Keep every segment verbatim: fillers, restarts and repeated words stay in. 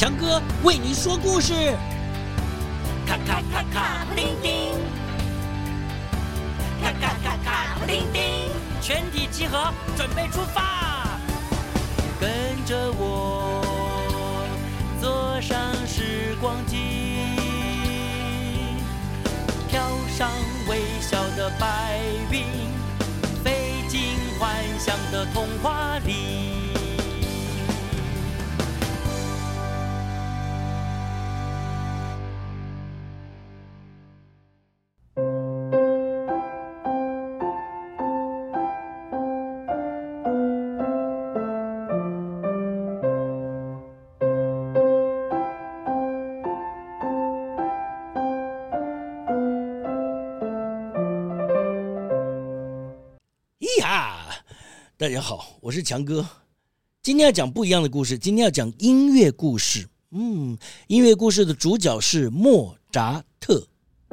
强哥为你说故事。 咔咔咔咔布丁丁，咔咔咔咔布丁丁， 全体集合，准备出发。跟着我，坐上时光机，飘上微笑的白云，飞进幻想的童话里。 大家好，我是强哥。今天要讲不一样的故事，今天要讲音乐故事。嗯，音乐故事的主角是莫扎特。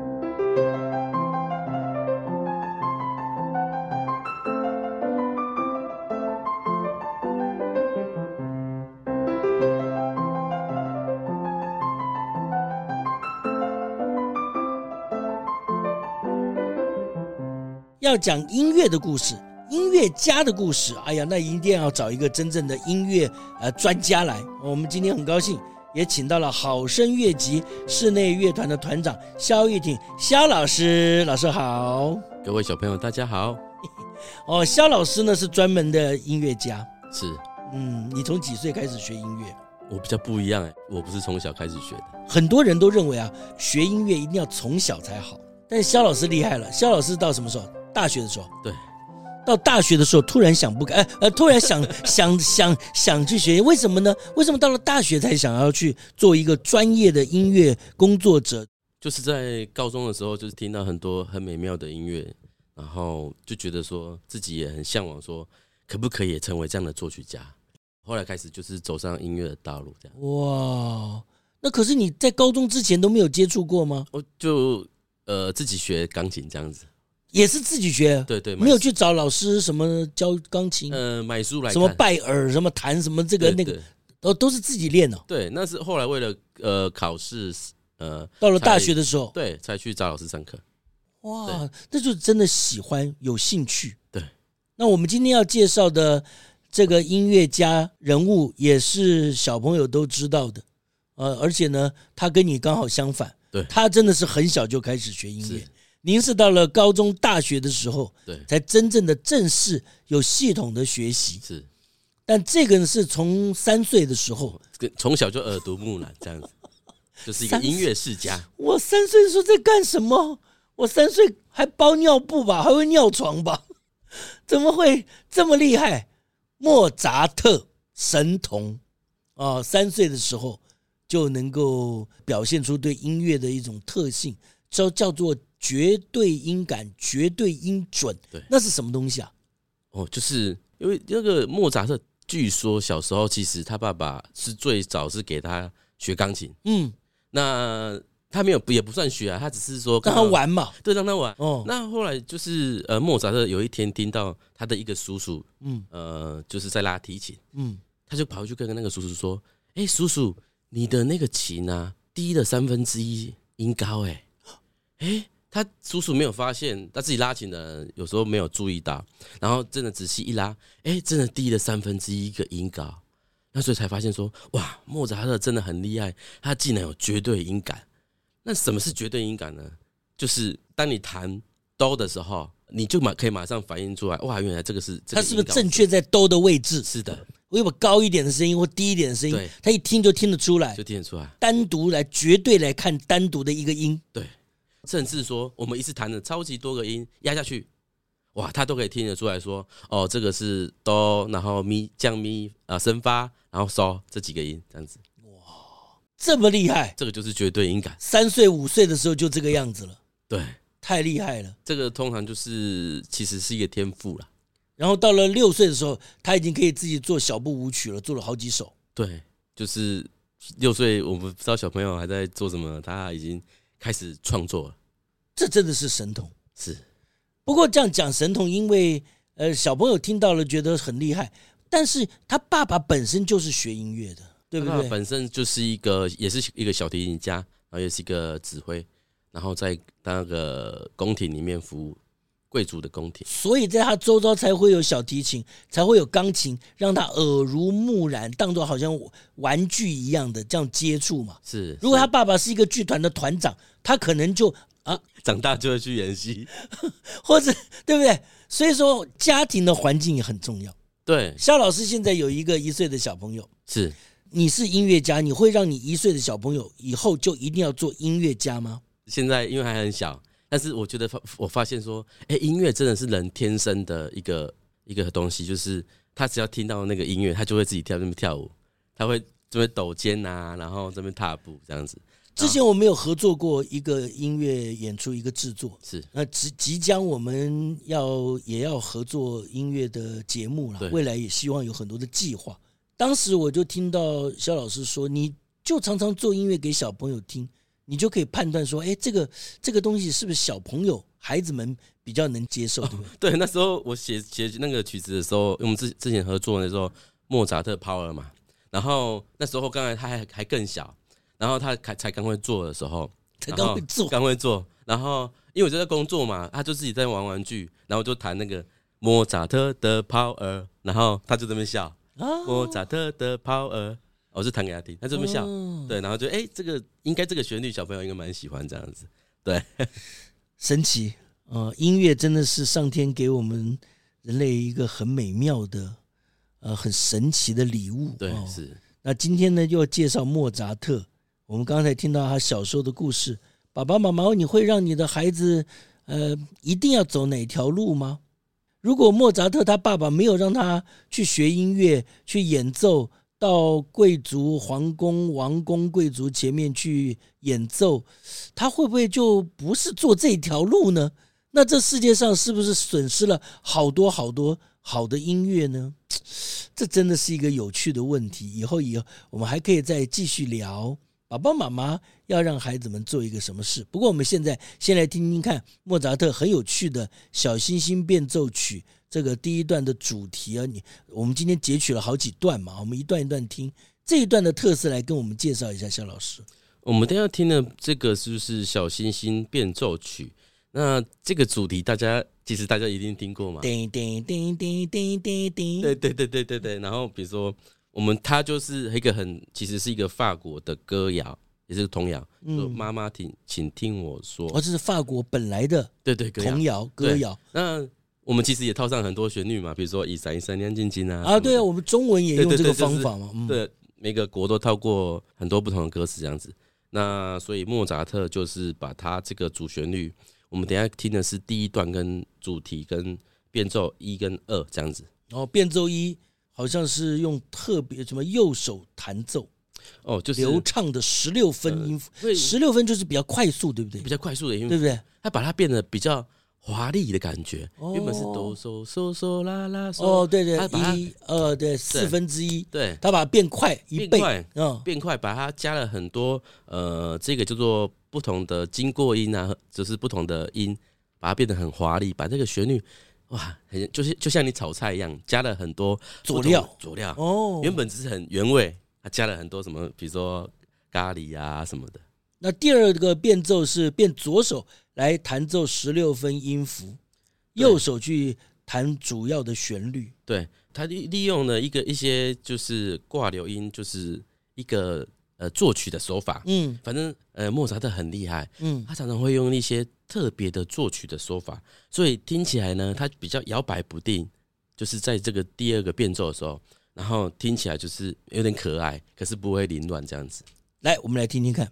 要讲音乐的故事，音乐家的故事，哎呀，那一定要找一个真正的音乐呃专家来。我们今天很高兴，也请到了好声乐集室内乐团的团长萧玉挺萧老师。老师好。 各位小朋友大家好。 哦，萧老师呢是专门的音乐家。 是。 嗯，你从几岁开始学音乐？ 我比较不一样哎，我不是从小开始学的。 很多人都认为啊，学音乐一定要从小才好，但是萧老师厉害了。萧老师到什么时候？大学的时候。 对。 到大学的时候，突然想不开，呃，突然想想想想去学，为什么呢？为什么到了大学才想要去做一个专业的音乐工作者？ 就是在高中的时候，就是听到很多很美妙的音乐，然后就觉得说自己也很向往，说可不可以也成为这样的作曲家？后来开始就是走上音乐的道路，这样。 哇，那可是你在高中之前都没有接触过吗？ 我就呃自己学钢琴这样子。 也是自己学， 对对， 没有去找老师什么教钢琴， 呃，买书来看， 什么拜耳，什么弹什么这个对对那个，都都是自己练哦。 对，那是后来为了呃考试，呃， 到了大学的时候， 对，才去找老师上课。 哇，那就真的喜欢，有兴趣。 对， 那我们今天要介绍的这个音乐家人物，也是小朋友都知道的，呃，而且呢，他跟你刚好相反， 对， 他真的是很小就开始学音乐。您是到了高中、大学的时候， 对， 才真正的正式有系统的学习。 是， 但这个是从三岁的时候， 从小就耳濡目染，这样子，就是一个音乐世家。 我三岁的时候在干什么？我三岁还包尿布吧，还会尿床吧？怎么会这么厉害？莫扎特神童啊！三岁的时候就能够表现出对音乐的一种特性，叫叫做绝对音感、绝对音准。 对， 那是什么东西啊？ 哦，就是因为那个莫扎特，据说小时候其实他爸爸是最早是给他学钢琴。嗯，那他没有也不算学啊，他只是说让他玩嘛。 对，让他玩。 哦， 那后来就是呃，莫扎特有一天听到他的一个叔叔，嗯，呃，就是在拉提琴，嗯，他就跑去跟那个叔叔说：“哎、欸，叔叔，你的那个琴啊，低了三分之一音高、欸，哎，哎。”他叔叔没有发现，他自己拉琴的人有时候没有注意到，然后真的仔细一拉，哎，真的低了三分之一个音高，那所以才发现说，哇，莫扎特真的很厉害，他竟然有绝对音感。那什么是绝对音感呢？就是当你弹哆的时候，你就马可以马上反应出来，哇，原来这个是这个音高， 它是不是正确在哆的位置？ 是的， 我有高一点的声音或低一点的声音，他一听就听得出来， 就听得出来。 单独来绝对来看单独的一个音， 对。甚至说，我们一次弹了超级多个音压下去，哇，他都可以听得出来说，哦，这个是哆，然后咪降咪啊升发，然后嗦这几个音这样子。 哇，这么厉害！ 这个就是绝对音感。 三岁五岁的时候就这个样子了， 对， 太厉害了。 这个通常就是其实是一个天赋啦。 然后到了六岁的时候，他已经可以自己做小步舞曲了，做了好几首。 对，就是六岁，我们不知道小朋友还在做什么，他已经开始创作了。 这真的是神童。 是， 不过这样讲神童，因为呃小朋友听到了觉得很厉害，但是他爸爸本身就是学音乐的。 对不对？ 他爸爸本身就是一个，也是一个小提琴家，然后也是一个指挥，然后在那个宫廷里面服务贵族的宫廷， 所以在他周遭才会有小提琴，才会有钢琴，让他耳濡目染，当作好像玩具一样的这样接触嘛。 是， 如果他爸爸是一个剧团的团长，他可能就啊， 长大就会去演戏， 或者对不对？所以说家庭的环境也很重要。 对， 肖老师现在有一个一岁的小朋友， 是。 你是音乐家，你会让你一岁的小朋友以后就一定要做音乐家吗？ 现在因为还很小，但是我觉得我发现说，哎，音乐真的是人天生的一个一个东西，就是他只要听到那个音乐，他就会自己跳那边跳舞，他会这边抖肩啊，然后这边踏步这样子。 之前我们有合作过一个音乐演出，一个制作， 是那即即将我们要也要合作音乐的节目了，未来也希望有很多的计划。当时我就听到肖老师说，你就常常做音乐给小朋友听，你就可以判断说，哎，这个这个东西是不是小朋友孩子们比较能接受，对不对？ 哦、对，那时候我写写那个曲子的时候，我们之之前合作的时候，莫扎特 Power 嘛，然后那时候刚才他还还更小，然后他才才刚会做的时候， 才刚会做， 刚会做，然后因为我就在工作嘛，他就自己在玩玩具，然后就弹那个莫扎特的 Power， 然后他就在那边笑。哦、莫扎特的 Power， 我就弹给他听，他这么笑，哦、对，然后就哎、欸，这个应该这个旋律小朋友应该蛮喜欢这样子，对， 神奇，呃，音乐真的是上天给我们人类一个很美妙的、呃，很神奇的礼物， 对， 哦、 是。 那今天呢，又要介绍莫扎特，我们刚才听到他小时候的故事，爸爸妈妈，你会让你的孩子，呃，一定要走哪条路吗？如果莫扎特他爸爸没有让他去学音乐、去演奏，到贵族、皇宫、王公贵族前面去演奏，他会不会就不是做这条路呢？那这世界上是不是损失了好多好多好的音乐呢？这真的是一个有趣的问题。以后以后我们还可以再继续聊。爸爸妈妈要让孩子们做一个什么事？不过我们现在先来听听看莫扎特很有趣的小星星变奏曲这个第一段的主题啊，你我们今天截取了好几段嘛，我们一段一段听这一段的特色，来跟我们介绍一下，肖老师。 我们等一下听的这个是不是小星星变奏曲？那这个主题大家其实大家一定听过嘛？ 叮叮叮叮叮叮叮， 对对对对对对。然后比如说。我们它就是一个很，其实是一个法国的歌谣，也是童谣。嗯，妈妈听，请听我说。 哦，这是法国本来的对对童谣歌谣。 那我们其实也套上很多旋律嘛，比如说一闪一闪亮晶晶啊。 啊，对啊，我们中文也用这个方法嘛。 对, 对, 对, 对、嗯，每个国都套过很多不同的歌词这样子。那所以莫扎特就是把他这个主旋律，我们等一下听的是第一段跟主题跟变奏一跟二这样子。 哦，变奏一。好像是用特别什么右手弹奏， 哦，就是流畅的十六分音符，十六分就是比较快速，对不对？ 比较快速的音符， 对不对？ 他把它变得比较华丽的感觉，哦、原本是哆嗦嗦嗦啦啦嗦， 哦，对对，一呃对四分之一， 对， 他把它变快一倍， 变快，嗯，变快，把它加了很多呃，这个叫做不同的经过音啊，就是不同的音，把它变得很华丽，把这个旋律。哇，很就是就像你炒菜一样，加了很多佐料， 佐料哦。原本只是很原味，它加了很多什么，比如说咖喱啊什么的。 那第二个变奏是变左手来弹奏十六分音符，右手去弹主要的旋律。 对，他利用了一个一些就是挂留音，就是一个呃作曲的手法。嗯，反正呃莫扎特很厉害，嗯，他常常会用一些特别的作曲的手法，所以听起来呢，它比较摇摆不定，就是在这个第二个变奏的时候，然后听起来就是有点可爱，可是不会凌乱这样子。 来，我们来听听看。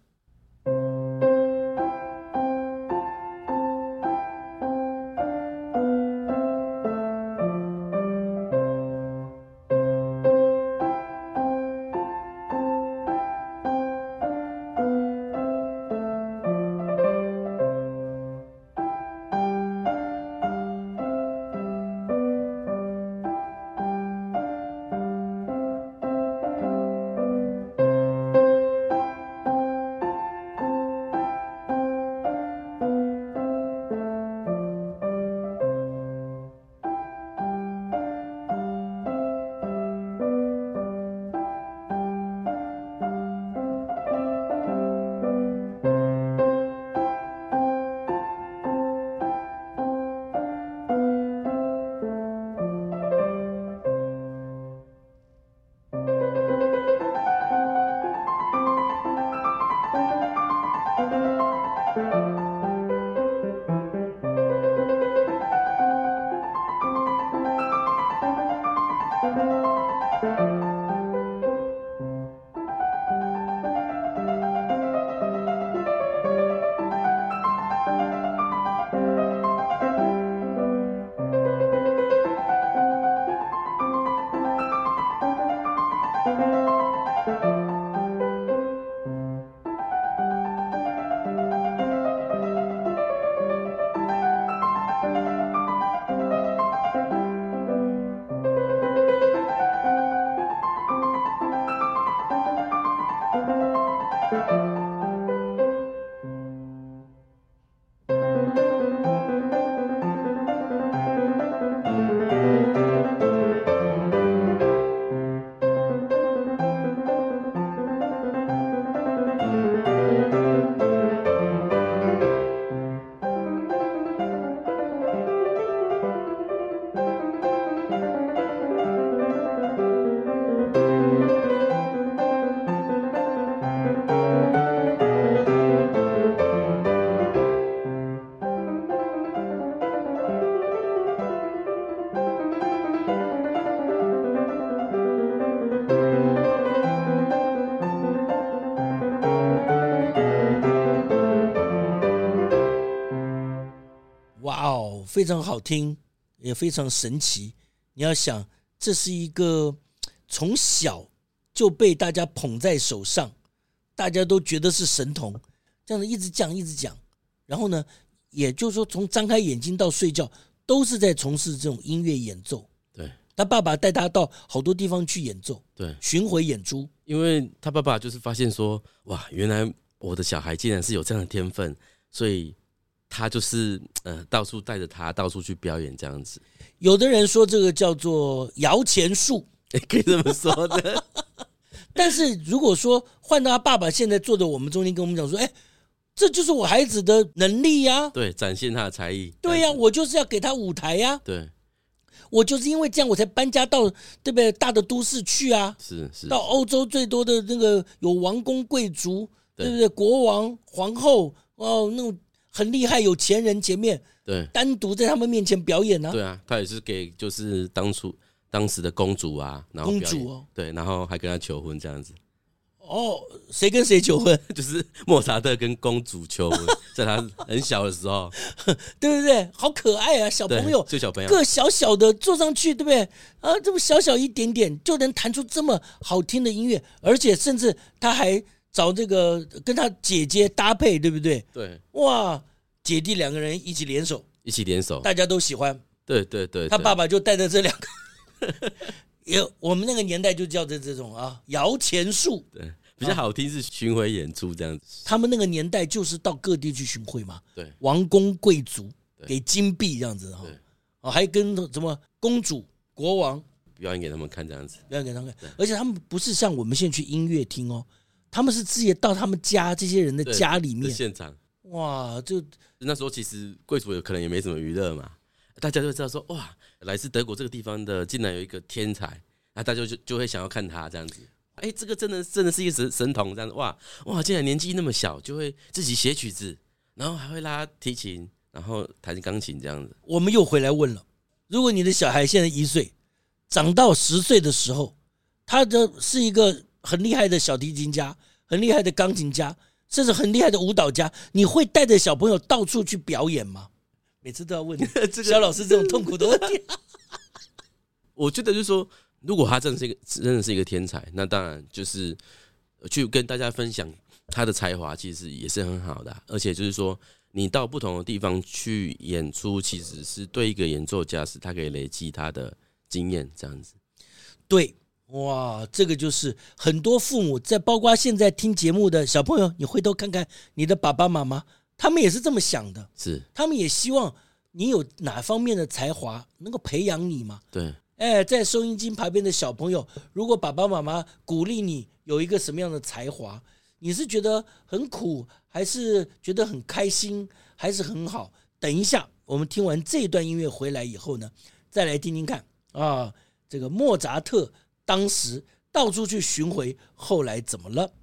哇哦，非常好听，也非常神奇。你要想，这是一个从小就被大家捧在手上，大家都觉得是神童，这样子一直讲一直讲，然后呢，也就是说从张开眼睛到睡觉都是在从事这种音乐演奏。 对， 他爸爸带他到好多地方去演奏， 对， 巡回演出。 因为他爸爸就是发现说，哇，原来我的小孩竟然是有这样的天分，所以他就是呃到处带着他到处去表演这样子。 有的人说这个叫做摇钱树， 可以这么说的。 但是如果说换到他爸爸现在坐在我们中间跟我们讲说，哎，这就是我孩子的能力呀， 对，展现他的才艺。 对呀，我就是要给他舞台呀， 对， 我就是因为这样我才搬家到对不对大的都市去啊， 是是， 到欧洲最多的那个有王公贵族， 对对不对？国王、皇后哦，那种很厉害有钱人前面， 对， 单独在他们面前表演啊。 对啊，他也是给就是当初当时的公主啊，然后表演公主哦， 对，然后还跟他求婚这样子。 哦，谁跟谁求婚？ 就是莫扎特跟公主求婚，在他很小的时候， 对不对？好可爱啊，小朋友， 对，就小朋友个小小的坐上去，对不对？啊，这么小小一点点就能弹出这么好听的音乐，而且甚至他还找这个跟他姐姐搭配，对不对？ 对， 哇，姐弟两个人一起联手， 一起联手， 大家都喜欢。 对对对， 他爸爸就带着这两个，也我们那个年代就叫这这种啊摇钱树。 对，比较好听是巡回演出这样子。 他们那个年代就是到各地去巡回嘛， 对， 王公贵族对给金币这样子哈对， 哦，还跟什么公主、国王表演给他们看这样子。 表演给他们看，而且他们不是像我们现在去音乐厅哦，他们是直接到他们家这些人的对家里面， 现场。 哇，就那时候其实贵族有可能也没什么娱乐嘛，大家就知道说，哇，来自德国这个地方的竟然有一个天才，那大家就就会想要看他这样子。哎，这个真的真的是一个神神童这样子，哇哇，竟然年纪那么小就会自己写曲子，然后还会拉提琴，然后弹钢琴这样子。 我们又回来问了，如果你的小孩现在一岁，长到十岁的时候，他的是一个很厉害的小提琴家，很厉害的钢琴家，甚至很厉害的舞蹈家，你会带着小朋友到处去表演吗？每次都要问肖老师这种痛苦的问题。 我觉得就是说，如果他真的是一个真的是一个天才，那当然就是去跟大家分享他的才华，其实也是很好的啊。而且就是说，你到不同的地方去演出，其实是对一个演奏家是他可以累积他的经验，这样子。 对，哇，这个就是很多父母在，包括现在听节目的小朋友，你回头看看你的爸爸妈妈，他们也是这么想的， 是他们也希望你有哪方面的才华能够培养你嘛。 对， 哎，在收音机旁边的小朋友，如果爸爸妈妈鼓励你有一个什么样的才华，你是觉得很苦，还是觉得很开心，还是很好？等一下，我们听完这一段音乐回来以后呢，再来听听看啊，这个莫扎特当时到处去巡回，后来怎么了？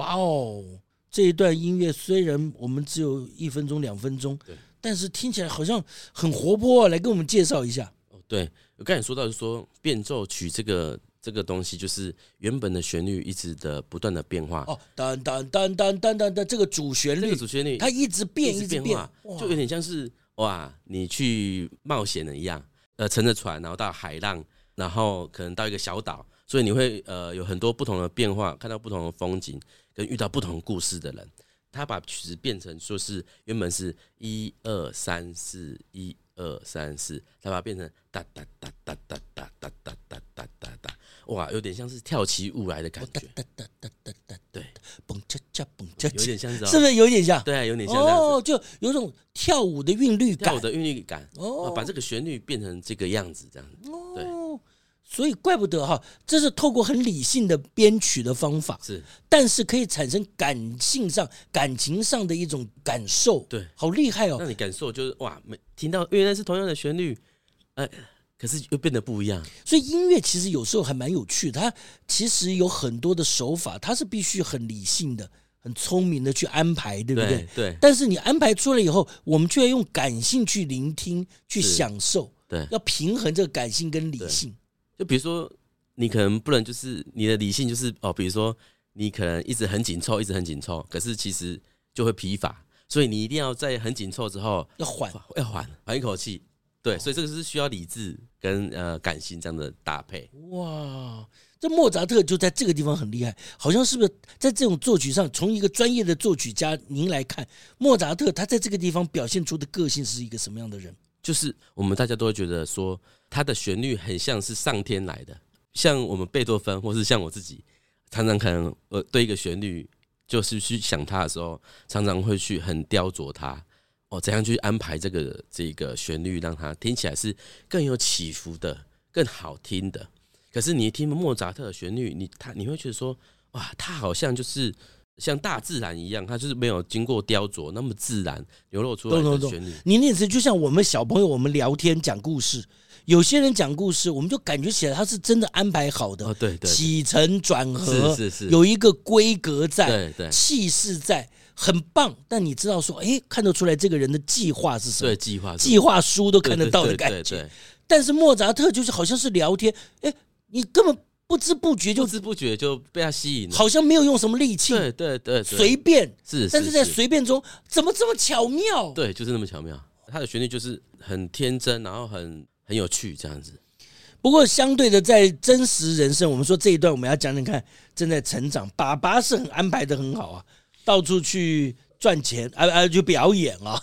哇哦，这一段音乐虽然我们只有一分钟两分钟，但是听起来好像很活泼、啊、来跟我们介绍一下。 哦，对，我刚才说到就是说变奏曲这个这个东西，就是原本的旋律一直的不断的变化。 哦，当当当当当当的这个主旋律， 这个主旋律它一直变，一直变， 就有点像是哇，你去冒险了一样，呃，乘着船，然后到海浪，然后可能到一个小岛，所以你会呃有很多不同的变化，看到不同的风景，跟遇到不同故事的人。他把曲子变成说是原本是一二三四一二三四，他把它变成哒哒哒哒哒哒哒哒哒哒哒哒，哇，有点像是跳起舞来的感觉。 哒哒哒哒哒， 对， 蹦恰恰蹦恰恰， 有点像这样， 是不是有点像？ 对，有点像这样子。 哦，就有种跳舞的韵律感， 跳舞的韵律感。哦，把这个旋律变成这个样子，这样子。对。 所以怪不得哈，这是透过很理性的编曲的方法， 是， 但是可以产生感性上、感情上的一种感受， 对， 好厉害哦！ 让你感受就是哇，听到原来是同样的旋律，呃，可是又变得不一样。 所以音乐其实有时候还蛮有趣的，它其实有很多的手法，它是必须很理性的、很聪明的去安排，对不对？ 对。 但是你安排出来以后，我们却要用感性去聆听、去享受， 对， 要平衡这个感性跟理性。 就比如说，你可能不能就是你的理性就是哦，比如说你可能一直很紧凑，一直很紧凑，可是其实就会疲乏，所以你一定要在很紧凑之后要缓， 要缓，缓一口气。对，所以这个是需要理智跟呃感性这样的搭配。 哇，这莫扎特就在这个地方很厉害，好像是不是在这种作曲上，从一个专业的作曲家您来看，莫扎特他在这个地方表现出的个性是一个什么样的人？ 就是我们大家都会觉得说，他的旋律很像是上天来的，像我们贝多芬，或是像我自己，常常可能呃对一个旋律，就是去想它的时候，常常会去很雕琢它，哦，怎样去安排这个这个旋律，让它听起来是更有起伏的、更好听的。可是你一听莫扎特的旋律，你他你会觉得说，哇，他好像就是像大自然一样，它就是没有经过雕琢，那么自然流露出来的旋律。 你那次就像我们小朋友，我们聊天讲故事，有些人讲故事，我们就感觉起来他是真的安排好的， 哦、对 对, 对， 起承转合， 是是是， 有一个规格在， 对对， 气势在，很棒。但你知道说，哎，看得出来这个人的计划是什么？ 对，计划计划书都看得到的感觉。对对对对对，但是莫扎特就是好像是聊天，哎，你根本不知不觉就不知不觉就被他吸引了， 好像没有用什么力气， 对对 对, 对， 随便是， 但是在随便中怎么这么巧妙？ 对，就是那么巧妙。他的旋律就是很天真，然后很很有趣这样子。 不过相对的，在真实人生，我们说这一段我们要讲讲看，正在成长，爸爸是很安排的很好啊，到处去赚钱啊啊，去表演啊。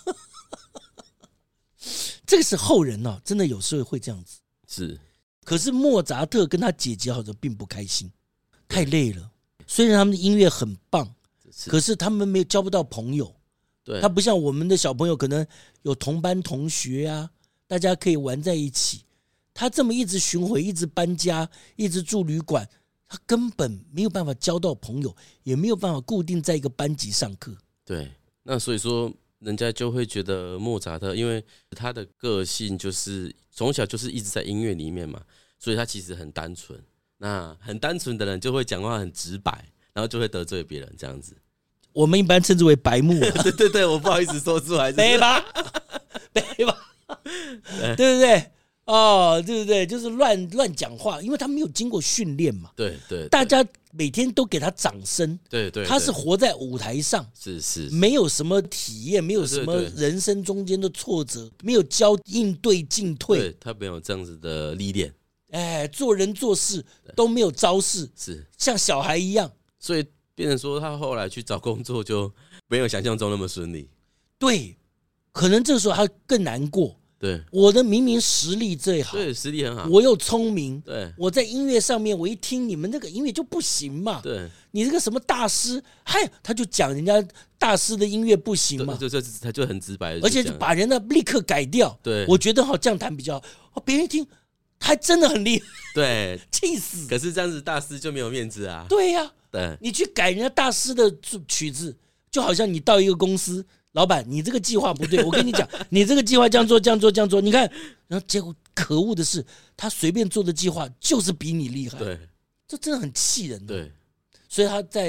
这个是后人哦，真的有时候会这样子。 是。 可是莫扎特跟他姐姐好像并不开心，太累了。虽然他们的音乐很棒，可是他们没有交不到朋友。 对， 他不像我们的小朋友，可能有同班同学啊，大家可以玩在一起。他这么一直巡回，一直搬家，一直住旅馆，他根本没有办法交到朋友，也没有办法固定在一个班级上课。 对，那所以说人家就会觉得莫扎特，因为他的个性就是从小就是一直在音乐里面嘛，所以他其实很单纯。那很单纯的人就会讲话很直白，然后就会得罪别人这样子。 我们一般称之为白目、啊。 对对对，我不好意思说出来。 对吧？对吧？对不对？哦，对不对？就是乱乱讲话，因为他没有经过训练嘛。 对 对, 对， 大家每天都给他掌声。 对 对, 对， 他是活在舞台上， 是 是, 是， 没有什么体验，没有什么人生中间的挫折，没有教应对进退。 对，他没有这样子的历练。 哎，做人做事都没有招式， 是像小孩一样。 所以变成说，他后来去找工作就没有想象中那么顺利。 对，可能这个时候他更难过。 对， 我的明明实力最好， 对，实力很好， 我又聪明， 对， 我在音乐上面，我一听你们那个音乐就不行嘛， 对， 你这个什么大师，嗨，他就讲人家大师的音乐不行嘛， 就就他就很直白的， 而且就把人的立刻改掉。 对， 我觉得好这样弹比较好，别人一听，他真的很厉害， 对， 气死。 可是这样子大师就没有面子啊。 对呀、啊， 对， 你去改人家大师的曲子，就好像你到一个公司。老板，你这个计划不对，我跟你讲，你这个计划这样做，这样做，这样做，你看，然后结果可恶的是，他随便做的计划就是比你厉害， 对， 这真的很气人的。 对， 所以他在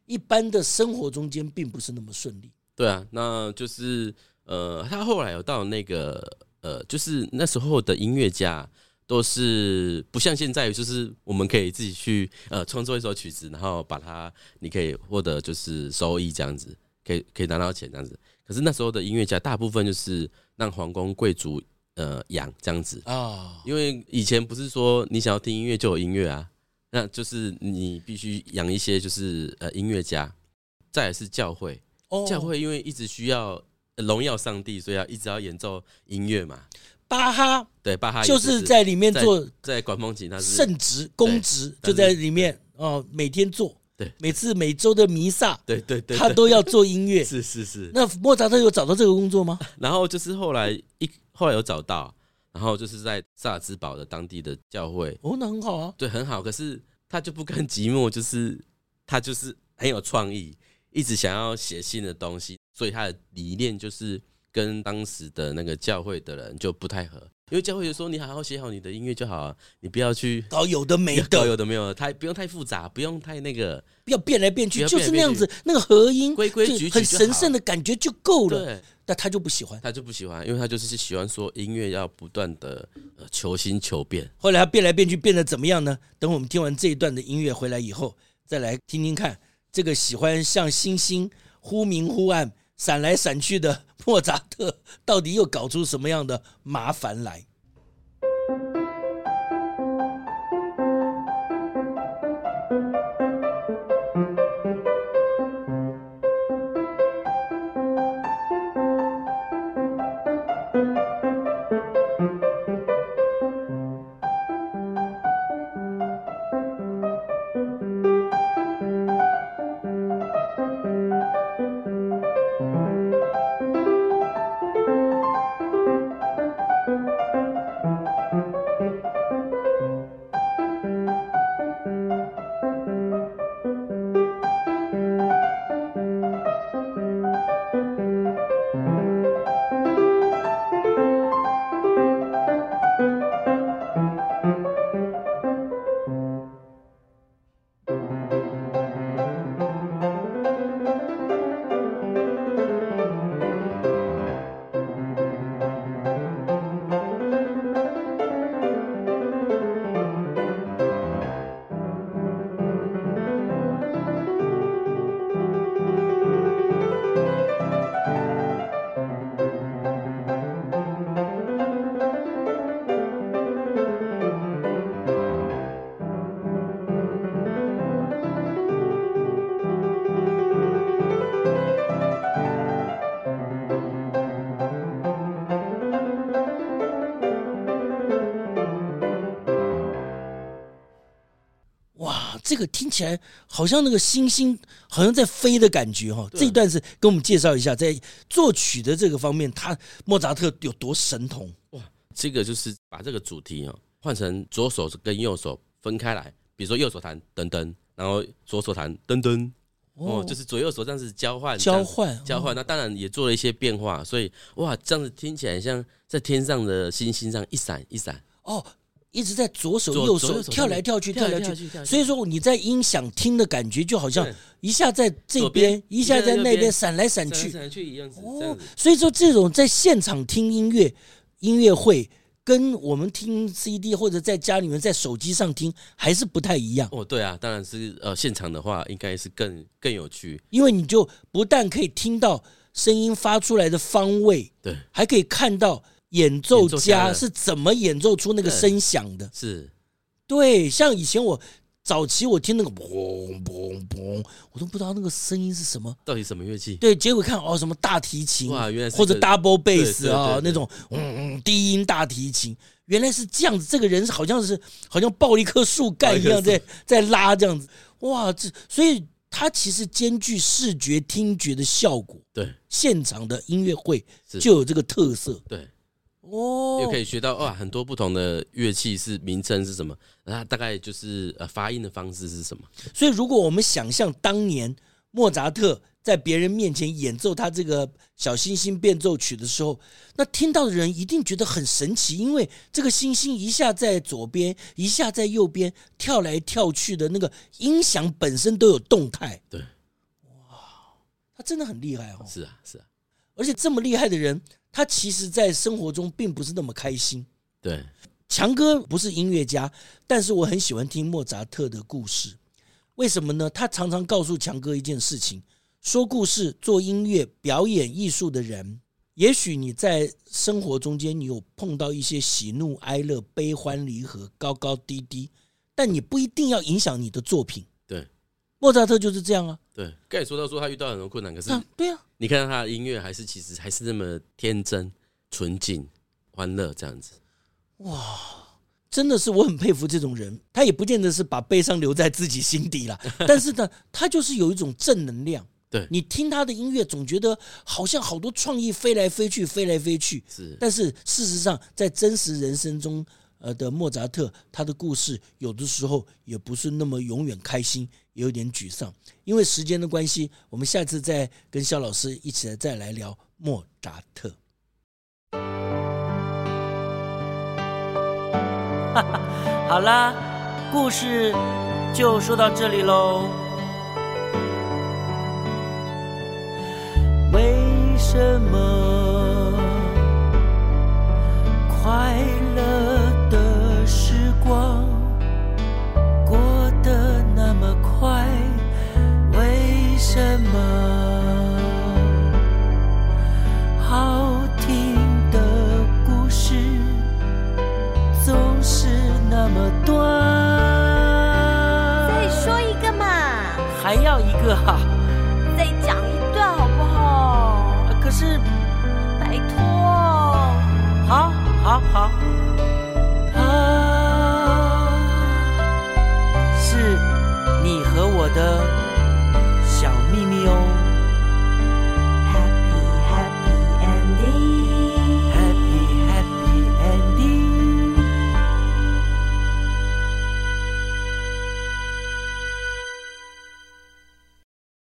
一般的生活中间并不是那么顺利。 对啊，那就是呃，他后来有到那个呃，就是那时候的音乐家都是不像现在，就是我们可以自己去呃创作一首曲子，然后把它你可以获得就是收益这样子，可以可以拿到钱这样子。可是那时候的音乐家大部分就是让皇宫贵族呃养这样子啊、哦，因为以前不是说你想要听音乐就有音乐啊，那就是你必须养一些就是呃音乐家，再来是教会。Oh. 教会因为一直需要荣耀上帝，所以要一直要演奏音乐嘛。 巴哈对巴哈就是在里面做在，在管风琴，他是圣职公职就在里面哦，每天做， 对， 每次每周的弥撒， 对对 对, 对， 他都要做音乐。 是是是。 那莫扎特有找到这个工作吗？ 然后就是后来一后来有找到，然后就是在萨尔茨堡的当地的教会。 哦，那很好啊。 对，很好。可是他就不甘寂寞，就是他就是很有创意。一直想要写新的东西，所以他的理念就是跟当时的那个教会的人就不太合，因为教会就说你好好写好你的音乐就好啊，你不要去搞有的没的， 搞有的没有的，太不用太复杂，不用太那个， 不要变来变去，就是那样子，那个和音规规矩矩很神圣的感觉就够了。 对， 但他就不喜欢， 他就不喜欢，因为他就是喜欢说音乐要不断的、呃、求新求变。 后来他变来变去变得怎么样呢？等我们听完这一段的音乐回来以后，再来听听看这个喜欢像星星忽明忽暗闪来闪去的莫扎特到底又搞出什么样的麻烦来。这个听起来好像那个星星好像在飞的感觉哈。这一段是跟我们介绍一下，在作曲的这个方面，他莫扎特有多神童哇！这个就是把这个主题哦换成左手跟右手分开来，比如说右手弹噔噔，然后左手弹噔噔，哦，就是左右手这样子交换交换交换。那当然也做了一些变化，所以哇，这样子听起来像在天上的星星上一闪一闪哦。一直在左手右手跳来跳去跳来跳去，所以说你在音响听的感觉就好像一下在这边一下在那边闪来闪去闪去一样子。 哦，所以说这种在现场听音乐音乐会跟我们听 C D 或者在家里面在手机上听还是不太一样哦。对啊，当然是呃现场的话应该是更更有趣， 因为你就不但可以听到声音发出来的方位， 对， 还可以看到演奏家是怎么演奏出那个声响的。 是， 对，像以前我早期我听那个嘣嘣嘣，我都不知道那个声音是什么， 到底什么乐器？ 对，结果看哦，什么大提琴， 哇，原来是或者 double bass 啊、哦，那种嗯嗯低音大提琴，原来是这样子。这个人好像是好像抱了一棵树干一样在在拉这样子，哇，这所以它其实兼具视觉、听觉的效果。 对， 现场的音乐会就有这个特色。 对。 哦， 又可以学到哇，很多不同的乐器是名称是什么，它大概就是呃发音的方式是什么。 所以如果我们想象当年莫扎特在别人面前演奏他这个小星星变奏曲的时候，那听到的人一定觉得很神奇，因为这个星星一下在左边一下在右边跳来跳去的那个音响本身都有动态。 对， 他真的很厉害哦。 是啊，是啊， 而且这么厉害的人，他其实在生活中并不是那么开心。 对， 强哥不是音乐家，但是我很喜欢听莫扎特的故事。为什么呢？他常常告诉强哥一件事情，说故事、做音乐、表演艺术的人，也许你在生活中间你有碰到一些喜怒哀乐、悲欢离合、高高低低，但你不一定要影响你的作品。 对， 莫扎特就是这样啊。 对，刚才说到说他遇到很多困难，可是、 啊、对啊， 你看到他的音乐还是其实还是那么天真、纯净、欢乐这样子。 哇，真的是我很佩服这种人。他也不见得是把悲伤留在自己心底啦，但是呢，他就是有一种正能量。 对， 你听他的音乐，总觉得好像好多创意飞来飞去，飞来飞去。 是， 但是事实上，在真实人生中，呃的莫扎特，他的故事有的时候也不是那么永远开心，也有点沮丧。因为时间的关系，我们下次再跟萧老师一起来再来聊莫扎特。 好啦，故事就说到这里咯。为什么快乐的时光过得那么快？为什么好听的故事总是那么短？ 再说一个嘛。 还要一个哈、啊。